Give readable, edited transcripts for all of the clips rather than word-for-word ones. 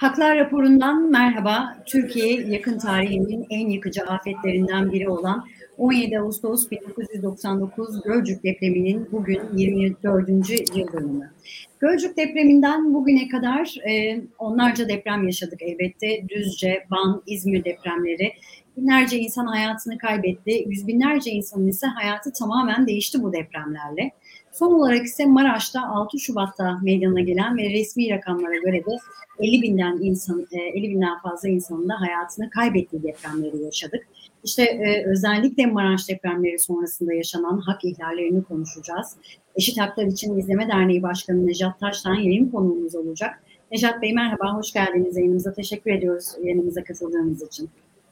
Haklar raporundan merhaba. Türkiye yakın tarihinin en yıkıcı afetlerinden biri olan 17 Ağustos 1999 Gölcük depreminin bugün 24. yıl dönümü. Gölcük depreminden bugüne kadar onlarca deprem yaşadık elbette. Düzce, Van, İzmir depremleri. Binlerce insan hayatını kaybetti. Yüz binlerce insanın ise hayatı tamamen değişti bu depremlerle. Son olarak ise Maraş'ta 6 Şubat'ta meydana gelen ve resmi rakamlara göre de 50 binden fazla insanın da hayatını kaybettiği depremleri yaşadık. İşte özellikle Maraş depremleri sonrasında yaşanan hak ihlallerini konuşacağız. Eşit Haklar İçin İzleme Derneği Başkanı Nejat Taş'tan yayın konuğumuz olacak. Nejat Bey merhaba, hoş geldiniz yayınımıza. Teşekkür ediyoruz yayınımıza katıldığınız için.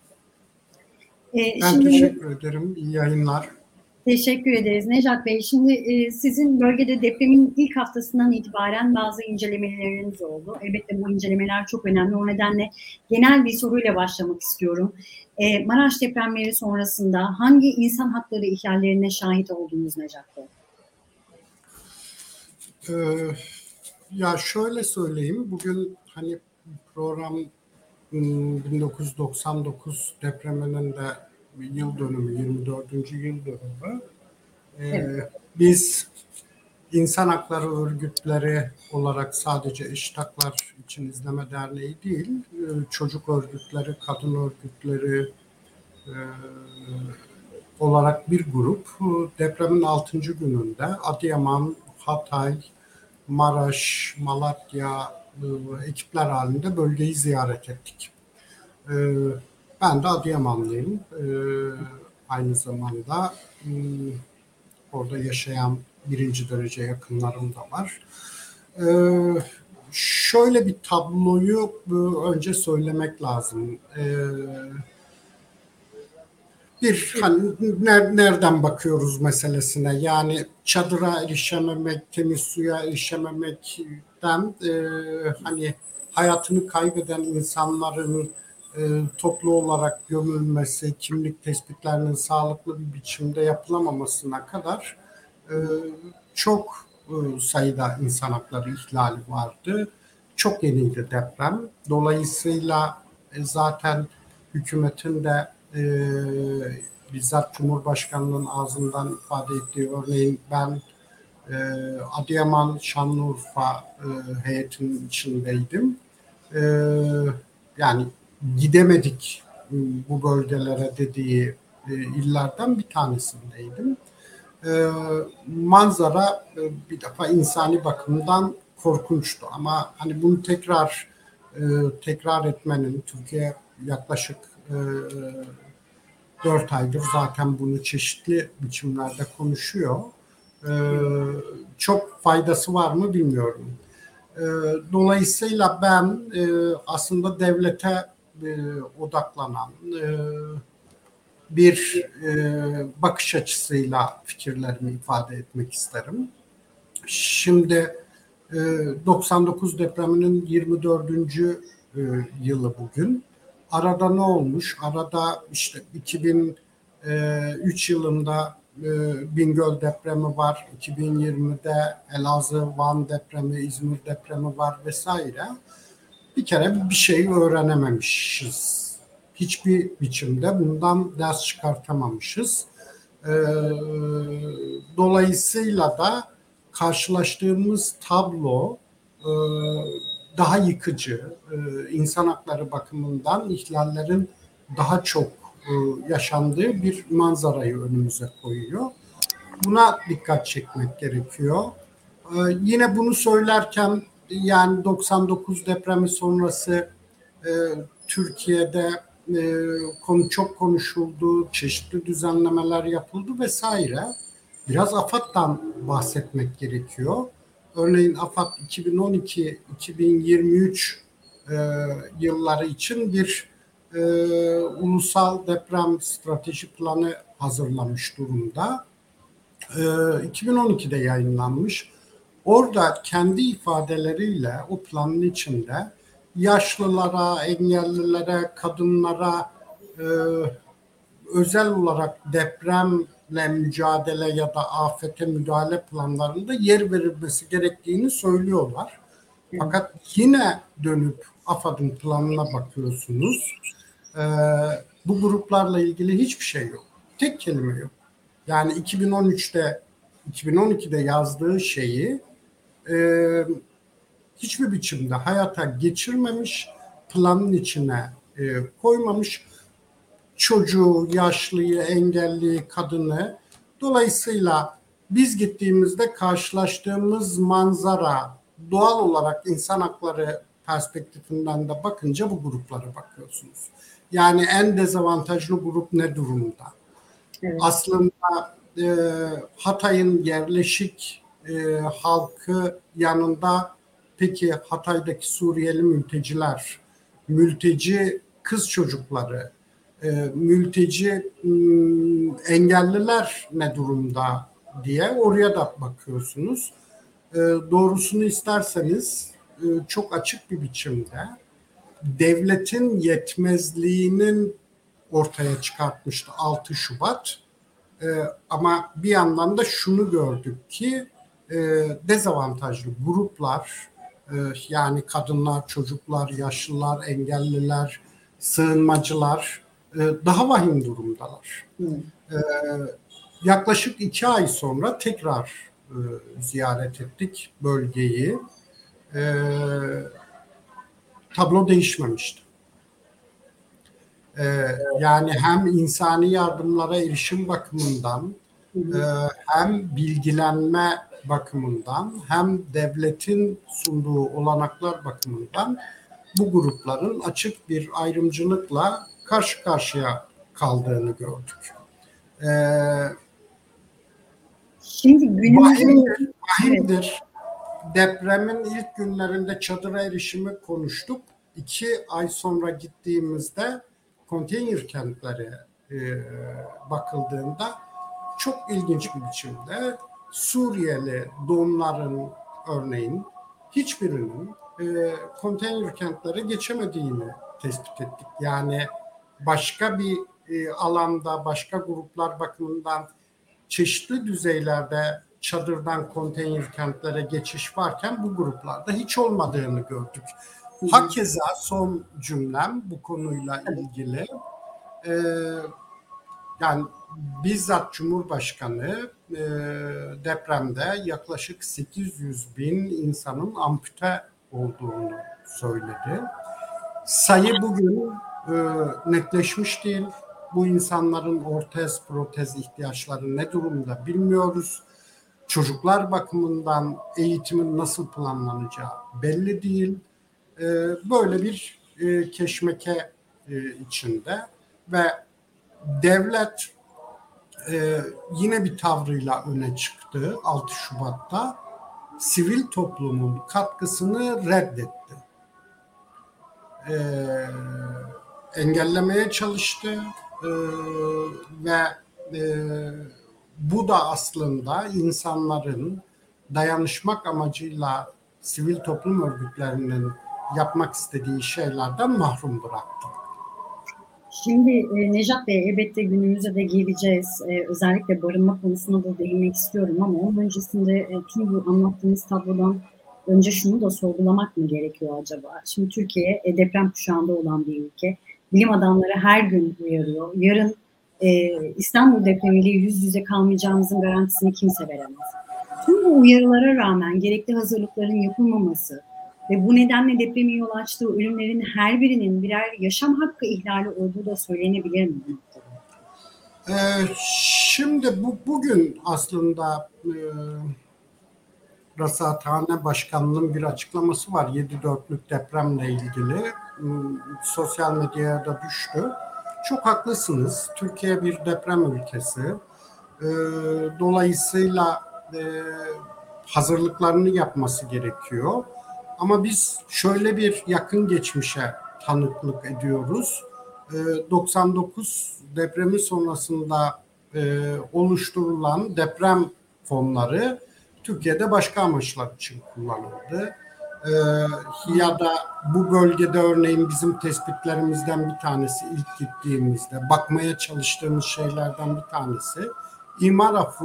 Ben teşekkür ederim. İyi yayınlar. Teşekkür ederiz Nejat Bey. Şimdi sizin bölgede depremin ilk haftasından itibaren bazı incelemeleriniz oldu. Elbette bu incelemeler çok önemli. O nedenle genel bir soruyla başlamak istiyorum. Maraş depremleri sonrasında hangi insan hakları ihlallerine şahit oldunuz Nejat Bey? Ya şöyle söyleyeyim. Bugün hani program 1999 depreminin de yıl dönümü, 24. yıl dönümü. Evet. Biz insan hakları örgütleri olarak sadece Eşit Haklar İçin İzleme Derneği değil, çocuk örgütleri, kadın örgütleri olarak bir grup depremin 6. gününde Adıyaman, Hatay, Maraş, Malatya ekipler halinde bölgeyi ziyaret ettik. Ben de Adıyamanlıyım. Aynı zamanda orada yaşayan birinci derece yakınlarım da var. Şöyle bir tabloyu önce söylemek lazım. Hani nereden bakıyoruz meselesine? Yani çadıra erişememek, temiz suya erişememekten hani hayatını kaybeden insanların toplu olarak gömülmesi, kimlik tespitlerinin sağlıklı bir biçimde yapılamamasına kadar çok sayıda insan hakları ihlali vardı. Çok yeniydi deprem. Dolayısıyla zaten hükümetin de bizzat Cumhurbaşkanı'nın ağzından ifade ettiği, örneğin ben Adıyaman, Şanlıurfa heyetinin içindeydim. Yani gidemedik bu bölgelere dediği illerden bir tanesindeydim. Manzara bir defa insani bakımdan korkunçtu ama hani bunu tekrar etmenin, Türkiye yaklaşık 4 aydır zaten bunu çeşitli biçimlerde konuşuyor. Çok faydası var mı bilmiyorum. Dolayısıyla ben aslında devlete odaklanan bir bakış açısıyla fikirlerimi ifade etmek isterim. Şimdi 99 depreminin 24. yılı bugün. Arada ne olmuş? Arada işte 2003 yılında Bingöl depremi var. 2020'de Elazığ, Van depremi, İzmir depremi var vesaire. Bir kere bir şey öğrenememişiz. Hiçbir biçimde bundan ders çıkartamamışız. Dolayısıyla da karşılaştığımız tablo daha yıkıcı, insan hakları bakımından ihlallerin daha çok yaşandığı bir manzarayı önümüze koyuyor. Buna dikkat çekmek gerekiyor. Yine bunu söylerken yani 99 depremi sonrası Türkiye'de konu çok konuşuldu, çeşitli düzenlemeler yapıldı vesaire. Biraz AFAD'dan bahsetmek gerekiyor. Örneğin AFAD 2012-2023 yılları için bir ulusal deprem strateji planı hazırlamış durumda. 2012'de yayınlanmış. Orada kendi ifadeleriyle o planın içinde yaşlılara, engellilere, kadınlara özel olarak depremle mücadele ya da afete müdahale planlarında yer verilmesi gerektiğini söylüyorlar. Fakat yine dönüp AFAD'ın planına bakıyorsunuz. Bu gruplarla ilgili hiçbir şey yok. Tek kelime yok. Yani 2012'de yazdığı şeyi hiçbir biçimde hayata geçirmemiş, planın içine koymamış. Çocuğu, yaşlıyı, engelliyi, kadını. Dolayısıyla biz gittiğimizde karşılaştığımız manzara doğal olarak insan hakları perspektifinden de bakınca bu gruplara bakıyorsunuz. Yani en dezavantajlı grup ne durumda? Evet. Aslında Hatay'ın yerleşik halkı yanında peki Hatay'daki Suriyeli mülteciler, mülteci kız çocukları, mülteci engelliler ne durumda diye oraya da bakıyorsunuz. Doğrusunu isterseniz çok açık bir biçimde devletin yetmezliğinin ortaya çıkartmıştı 6 Şubat. Ama bir yandan da şunu gördük ki dezavantajlı gruplar yani kadınlar, çocuklar, yaşlılar, engelliler, sığınmacılar daha vahim durumdalar. Yaklaşık 2 ay sonra tekrar ziyaret ettik bölgeyi. Tablo değişmemişti. Yani hem insani yardımlara erişim bakımından hem bilgilenme bakımından hem devletin sunduğu olanaklar bakımından bu grupların açık bir ayrımcılıkla karşı karşıya kaldığını gördük. Şimdi günümüzde vahimdir. Depremin ilk günlerinde çadıra erişimi konuştuk. 2 ay sonra gittiğimizde konteyner kentlere bakıldığında çok ilginç bir biçimde Suriyeli doğumların örneğin hiçbirinin konteyner kentlere geçemediğini tespit ettik. Yani başka bir alanda, başka gruplar bakımından çeşitli düzeylerde çadırdan konteyner kentlere geçiş varken bu gruplarda hiç olmadığını gördük. Hakeza son cümlem bu konuyla ilgili. Yani bizzat Cumhurbaşkanı depremde yaklaşık 800 bin insanın ampute olduğunu söyledi. Sayı bugün netleşmiş değil. Bu insanların ortez, protez ihtiyaçları ne durumda bilmiyoruz. Çocuklar bakımından eğitimin nasıl planlanacağı belli değil. Böyle bir keşmeke içinde ve devlet yine bir tavrıyla öne çıktı 6 Şubat'ta. Sivil toplumun katkısını reddetti. Engellemeye çalıştı ve bu da aslında insanların dayanışmak amacıyla sivil toplum örgütlerinin yapmak istediği şeylerden mahrum bıraktı. Şimdi Nejat Bey, elbette günümüze de geleceğiz. Özellikle barınma konusuna da değinmek istiyorum ama onun öncesinde tüm bu anlattığınız tablodan önce şunu da sorgulamak mı gerekiyor acaba? Şimdi Türkiye deprem kuşağında olan bir ülke. Bilim adamları her gün uyarıyor. Yarın İstanbul depremiyle yüz yüze kalmayacağımızın garantisini kimse veremez. Tüm bu uyarılara rağmen gerekli hazırlıkların yapılmaması ve bu nedenle depremin yol açtığı ölümlerin her birinin birer yaşam hakkı ihlali olduğu da söylenebilir mi? Şimdi bugün aslında Rasathane Başkanlığı'nın bir açıklaması var 7.4'lük depremle ilgili. Sosyal medyaya da düştü. Çok haklısınız. Türkiye bir deprem ülkesi. Dolayısıyla hazırlıklarını yapması gerekiyor. Ama biz şöyle bir yakın geçmişe tanıklık ediyoruz. 99 depremi sonrasında oluşturulan deprem fonları Türkiye'de başka amaçlar için kullanıldı. Ya da bu bölgede örneğin bizim tespitlerimizden bir tanesi ilk gittiğimizde bakmaya çalıştığımız şeylerden bir tanesi imar affı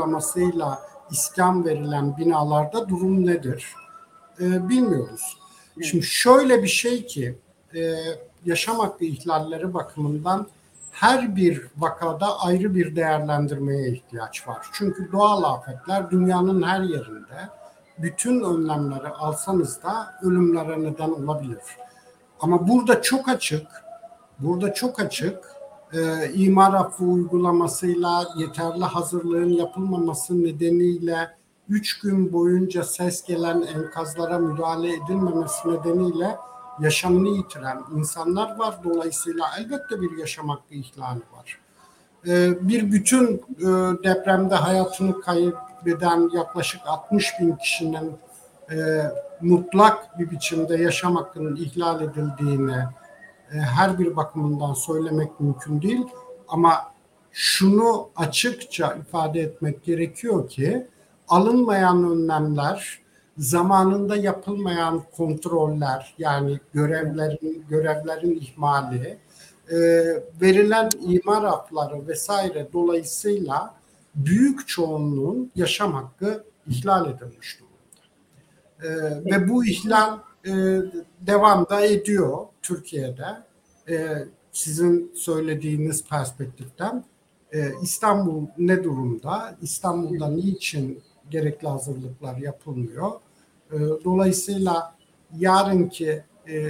uygulamasıyla iskan verilen binalarda durum nedir? Bilmiyoruz. Şimdi şöyle bir şey ki yaşam hakkı ihlalleri bakımından her bir vakada ayrı bir değerlendirmeye ihtiyaç var. Çünkü doğal afetler dünyanın her yerinde bütün önlemleri alsanız da ölümlere neden olabilir. Ama burada çok açık imar affı uygulamasıyla yeterli hazırlığın yapılmaması nedeniyle 3 gün boyunca ses gelen enkazlara müdahale edilmemesi nedeniyle yaşamını yitiren insanlar var. Dolayısıyla elbette bir yaşam hakkı ihlali var. Bir bütün depremde hayatını kaybeden yaklaşık 60 bin kişinin mutlak bir biçimde yaşam hakkının ihlal edildiğini her bir bakımından söylemek mümkün değil. Ama şunu açıkça ifade etmek gerekiyor ki alınmayan önlemler, zamanında yapılmayan kontroller, yani görevlerin ihmali, verilen imar hafları vesaire dolayısıyla büyük çoğunluğun yaşam hakkı ihlal edilmiş durumda. Ve bu ihlal devam da ediyor Türkiye'de. Sizin söylediğiniz perspektiften İstanbul ne durumda? İstanbul'da niçin gerekli hazırlıklar yapılmıyor? Dolayısıyla yarınki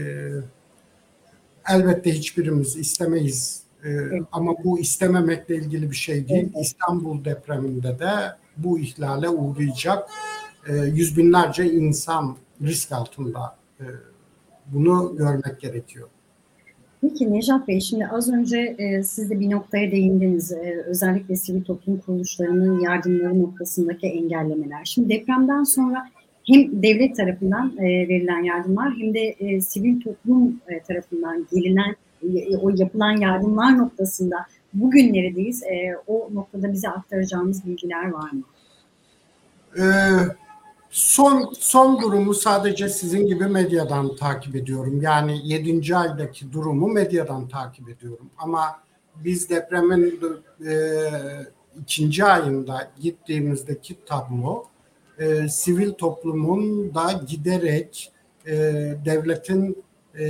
elbette hiçbirimiz istemeyiz ama bu istememekle ilgili bir şey değil. İstanbul depreminde de bu ihlale uğrayacak yüz binlerce insan risk altında. Bunu görmek gerekiyor. Peki Nejat Bey, şimdi az önce siz de bir noktaya değindiniz. Özellikle sivil toplum kuruluşlarının yardımları noktasındaki engellemeler. Şimdi depremden sonra hem devlet tarafından verilen yardımlar hem de sivil toplum tarafından gelinen o yapılan yardımlar noktasında bugün neredeyiz? O noktada bize aktaracağımız bilgiler var mı? Son durumu sadece sizin gibi medyadan takip ediyorum. Yani 7. aydaki durumu medyadan takip ediyorum. Ama biz depremin 2. ayında gittiğimizdeki tablo sivil toplumun da giderek devletin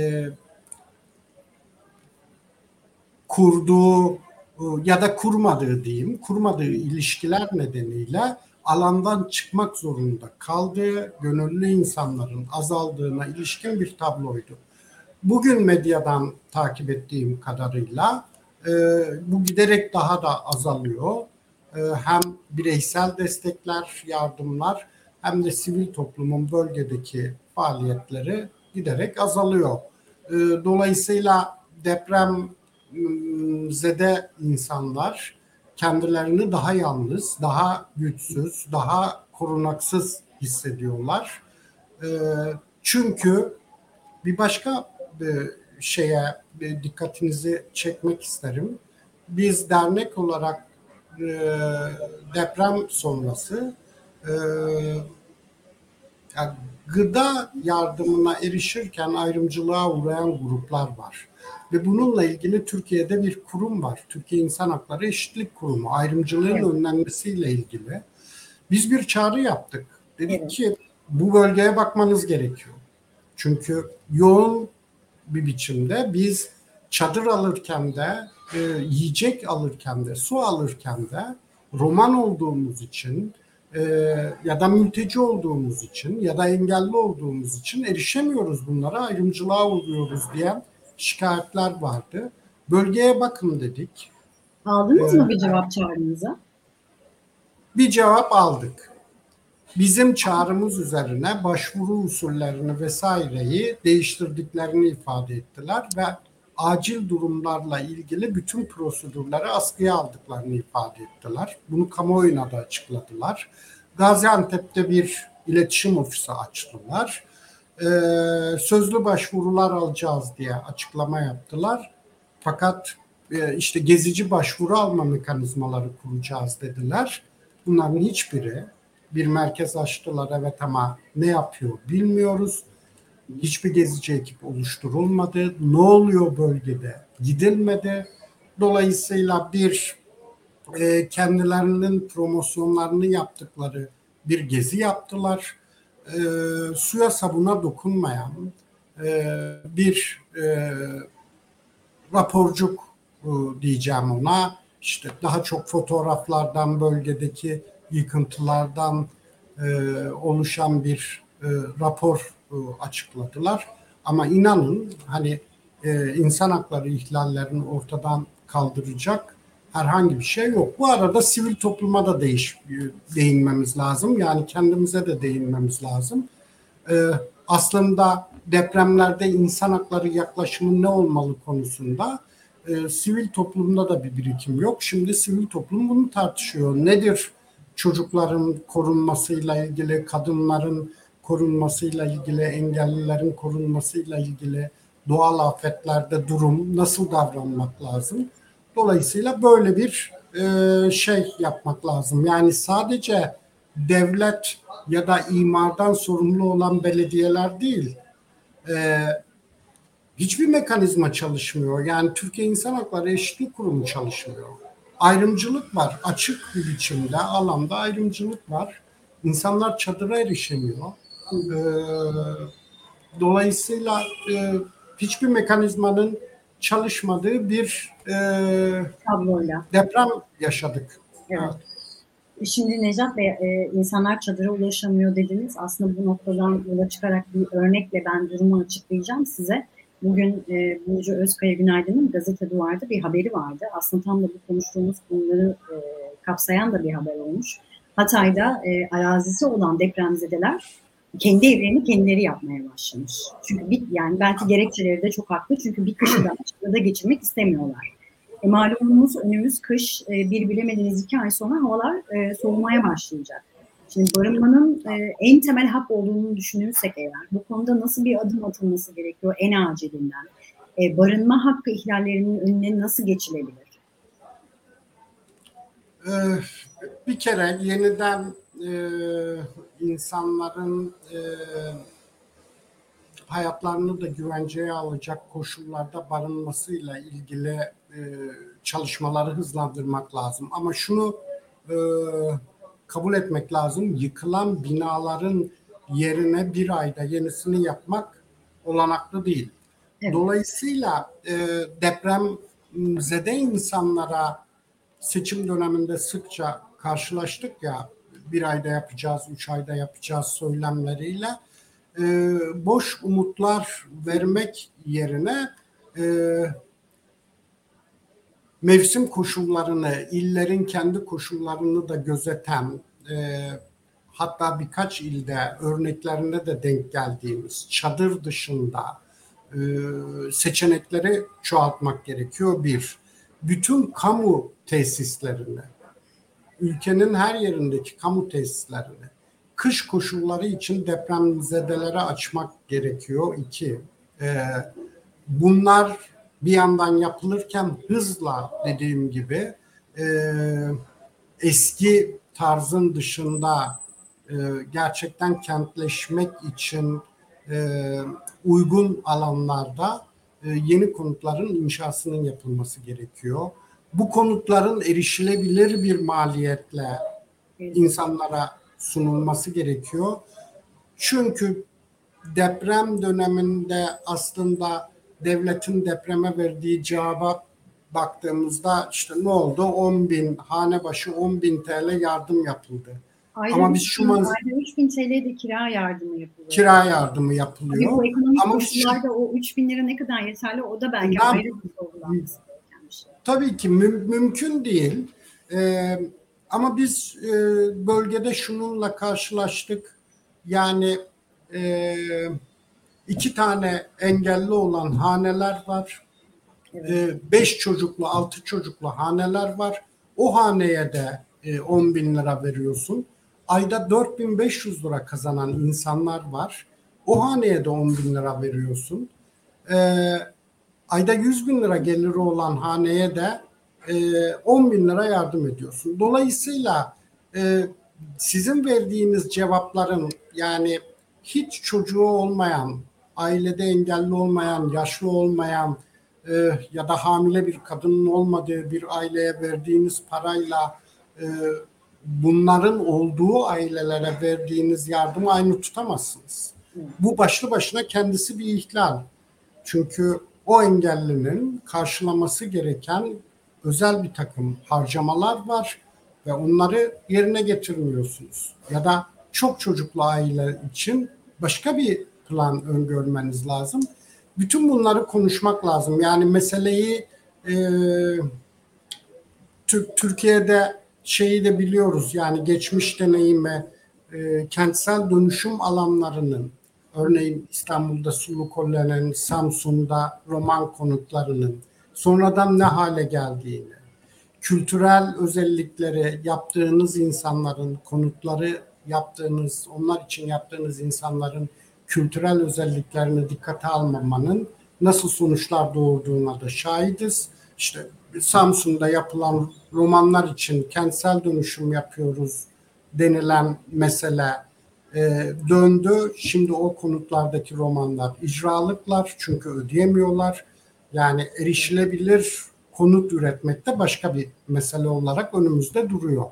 kurduğu ya da kurmadığı ilişkiler nedeniyle alandan çıkmak zorunda kaldığı, gönüllü insanların azaldığına ilişkin bir tabloydu. Bugün medyadan takip ettiğim kadarıyla bu giderek daha da azalıyor. Hem bireysel destekler, yardımlar hem de sivil toplumun bölgedeki faaliyetleri giderek azalıyor. Dolayısıyla depremzede insanlar kendilerini daha yalnız, daha güçsüz, daha korunaksız hissediyorlar. Çünkü bir başka şeye dikkatinizi çekmek isterim. Biz dernek olarak deprem sonrası yani gıda yardımına erişirken ayrımcılığa uğrayan gruplar var. Ve bununla ilgili Türkiye'de bir kurum var. Türkiye İnsan Hakları Eşitlik Kurumu. Ayrımcılığın önlenmesiyle ilgili. Biz bir çağrı yaptık. Dedik ki bu bölgeye bakmanız gerekiyor. Çünkü yoğun bir biçimde biz çadır alırken de, yiyecek alırken de, su alırken de Roman olduğumuz için ya da mülteci olduğumuz için ya da engelli olduğumuz için erişemiyoruz bunlara, ayrımcılığa uğruyoruz diyen şikayetler vardı. Bölgeye bakın dedik. Aldınız mı bir cevap çağrınıza? Bir cevap aldık. Bizim çağrımız üzerine başvuru usullerini vesaireyi değiştirdiklerini ifade ettiler ve acil durumlarla ilgili bütün prosedürleri askıya aldıklarını ifade ettiler. Bunu kamuoyuna da açıkladılar. Gaziantep'te bir iletişim ofisi açtılar. Sözlü başvurular alacağız diye açıklama yaptılar. Fakat işte gezici başvuru alma mekanizmaları kuracağız dediler. Bunların hiçbiri, bir merkez açtılar evet ama ne yapıyor bilmiyoruz. Hiçbir gezici ekip oluşturulmadı. Ne oluyor bölgede? Gidilmedi. Dolayısıyla bir kendilerinin promosyonlarını yaptıkları bir gezi yaptılar. Suya sabuna dokunmayan, bir raporcuk diyeceğim ona. İşte daha çok fotoğraflardan, bölgedeki yıkıntılardan oluşan bir rapor açıkladılar. Ama inanın hani insan hakları ihlallerini ortadan kaldıracak herhangi bir şey yok. Bu arada sivil topluma da değinmemiz lazım. Yani kendimize de değinmemiz lazım. Aslında depremlerde insan hakları yaklaşımı ne olmalı konusunda sivil toplumda da bir birikim yok. Şimdi sivil toplum bunu tartışıyor. Nedir çocukların korunmasıyla ilgili, kadınların korunmasıyla ilgili, engellilerin korunmasıyla ilgili, doğal afetlerde durum, nasıl davranmak lazım? Dolayısıyla böyle bir şey yapmak lazım. Yani sadece devlet ya da imardan sorumlu olan belediyeler değil, hiçbir mekanizma çalışmıyor. Yani Türkiye İnsan Hakları Eşitlik Kurumu çalışmıyor. Ayrımcılık var. Açık bir biçimde alanda ayrımcılık var. İnsanlar çadıra erişemiyor. Dolayısıyla hiçbir mekanizmanın çalışmadığı bir Tabloyla. deprem yaşadık. Evet. Şimdi Necat Bey, insanlar çadıra ulaşamıyor dediniz. Aslında bu noktadan yola çıkarak bir örnekle ben durumu açıklayacağım size. Bugün Burcu Özkaya Günaydın'ın Gazete Duvar'da bir haberi vardı. Aslında tam da bu konuştuğumuz konuları kapsayan da bir haber olmuş. Hatay'da arazisi olan depremzedeler kendi evlerini kendileri yapmaya başlamış. Çünkü yani belki gerekçeleri de çok haklı. Çünkü bir kışı da çadırda geçirmek istemiyorlar. Malumunuz önümüz kış, bir bilemediğiniz 2 ay sonra havalar soğumaya başlayacak. Şimdi barınmanın en temel hak olduğunu düşünürsek eğer, bu konuda nasıl bir adım atılması gerekiyor en acilinden? Barınma hakkı ihlallerinin önüne nasıl geçilebilir? Bir kere yeniden insanların hayatlarını da güvenceye alacak koşullarda barınmasıyla ilgili çalışmaları hızlandırmak lazım. Ama şunu kabul etmek lazım. Yıkılan binaların yerine bir ayda yenisini yapmak olanaklı değil. Evet. Dolayısıyla depremzede insanlara seçim döneminde sıkça karşılaştık ya, bir ayda yapacağız, 3 ayda yapacağız söylemleriyle. Boş umutlar vermek yerine mevsim koşullarını, illerin kendi koşullarını da gözeten, hatta birkaç ilde örneklerinde de denk geldiğimiz çadır dışında seçenekleri çoğaltmak gerekiyor. Bütün kamu tesislerini, ülkenin her yerindeki kamu tesislerini kış koşulları için depremzedelere açmak gerekiyor. 2. Bunlar bir yandan yapılırken hızla, dediğim gibi eski tarzın dışında gerçekten kentleşmek için uygun alanlarda yeni konutların inşasının yapılması gerekiyor. Bu konutların erişilebilir bir maliyetle insanlara sunulması gerekiyor. Çünkü deprem döneminde aslında devletin depreme verdiği cevaba baktığımızda işte ne oldu? 10.000 hane başı 10.000 TL yardım yapıldı. Ama biz şu ayda 3.000 TL de kira yardımı yapılıyor. Kira yardımı yapılıyor. Tabii bu ekonomik koşullarda o 3.000 lira ne kadar yeterli, o da belki ayrı bir sorgulanması gereken bir şey. Tabii ki mümkün değil. Ama biz bölgede şununla karşılaştık. Yani 2 tane engelli olan haneler var. Evet. 5 çocuklu, 6 çocuklu haneler var. O haneye de 10.000 lira veriyorsun. Ayda 4.500 lira kazanan insanlar var. O haneye de 10.000 lira veriyorsun. Ayda 100.000 lira geliri olan haneye de 10.000 lira yardım ediyorsun. Dolayısıyla sizin verdiğiniz cevapların, yani hiç çocuğu olmayan, ailede engelli olmayan, yaşlı olmayan ya da hamile bir kadının olmadığı bir aileye verdiğiniz parayla bunların olduğu ailelere verdiğiniz yardımı aynı tutamazsınız. Bu başlı başına kendisi bir ihlal. Çünkü o engellinin karşılaması gereken özel bir takım harcamalar var ve onları yerine getirmiyorsunuz. Ya da çok çocuklu aile için başka bir plan öngörmeniz lazım. Bütün bunları konuşmak lazım. Yani meseleyi e, Türkiye'de şeyi de biliyoruz, yani geçmiş deneyime, kentsel dönüşüm alanlarının, örneğin İstanbul'da Sulukole'nin, Samsun'da Roman konutlarının sonradan ne hale geldiğini, kültürel özellikleri yaptığınız insanların, konutları yaptığınız, onlar için yaptığınız insanların kültürel özelliklerini dikkate almamanın nasıl sonuçlar doğurduğuna da şahidiz. İşte Samsun'da yapılan romanlar için kentsel dönüşüm yapıyoruz denilen mesele döndü. Şimdi o konutlardaki romanlar icralıklar çünkü ödeyemiyorlar. Yani erişilebilir konut üretmek de başka bir mesele olarak önümüzde duruyor.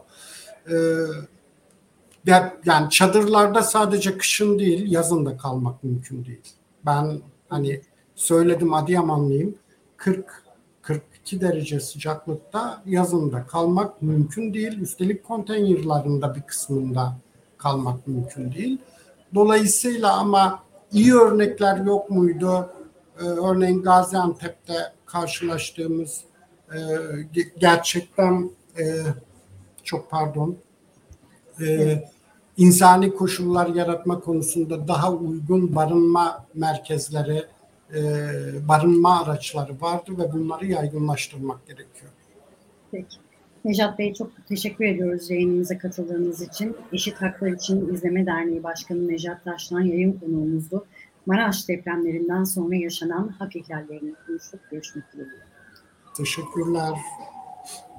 Yani çadırlarda sadece kışın değil, yazın da kalmak mümkün değil. Ben hani söyledim, Adıyamanlıyım. 40-42 derece sıcaklıkta yazın da kalmak mümkün değil. Üstelik konteynerlarında bir kısmında kalmak mümkün değil. Dolayısıyla ama iyi örnekler yok muydu? Örneğin Gaziantep'te karşılaştığımız gerçekten çok pardon insani koşullar yaratma konusunda daha uygun barınma merkezleri, barınma araçları vardı ve bunları yaygınlaştırmak gerekiyor. Peki. Nejat Bey, çok teşekkür ediyoruz yayınımıza katıldığınız için. Eşit Haklar İçin İzleme Derneği Başkanı Nejat Taşlan yayın konuğumuzdu. Maraş depremlerinden sonra yaşanan hak ihlallerini konuştuk. Görüşmek dileğiyle. Teşekkürler.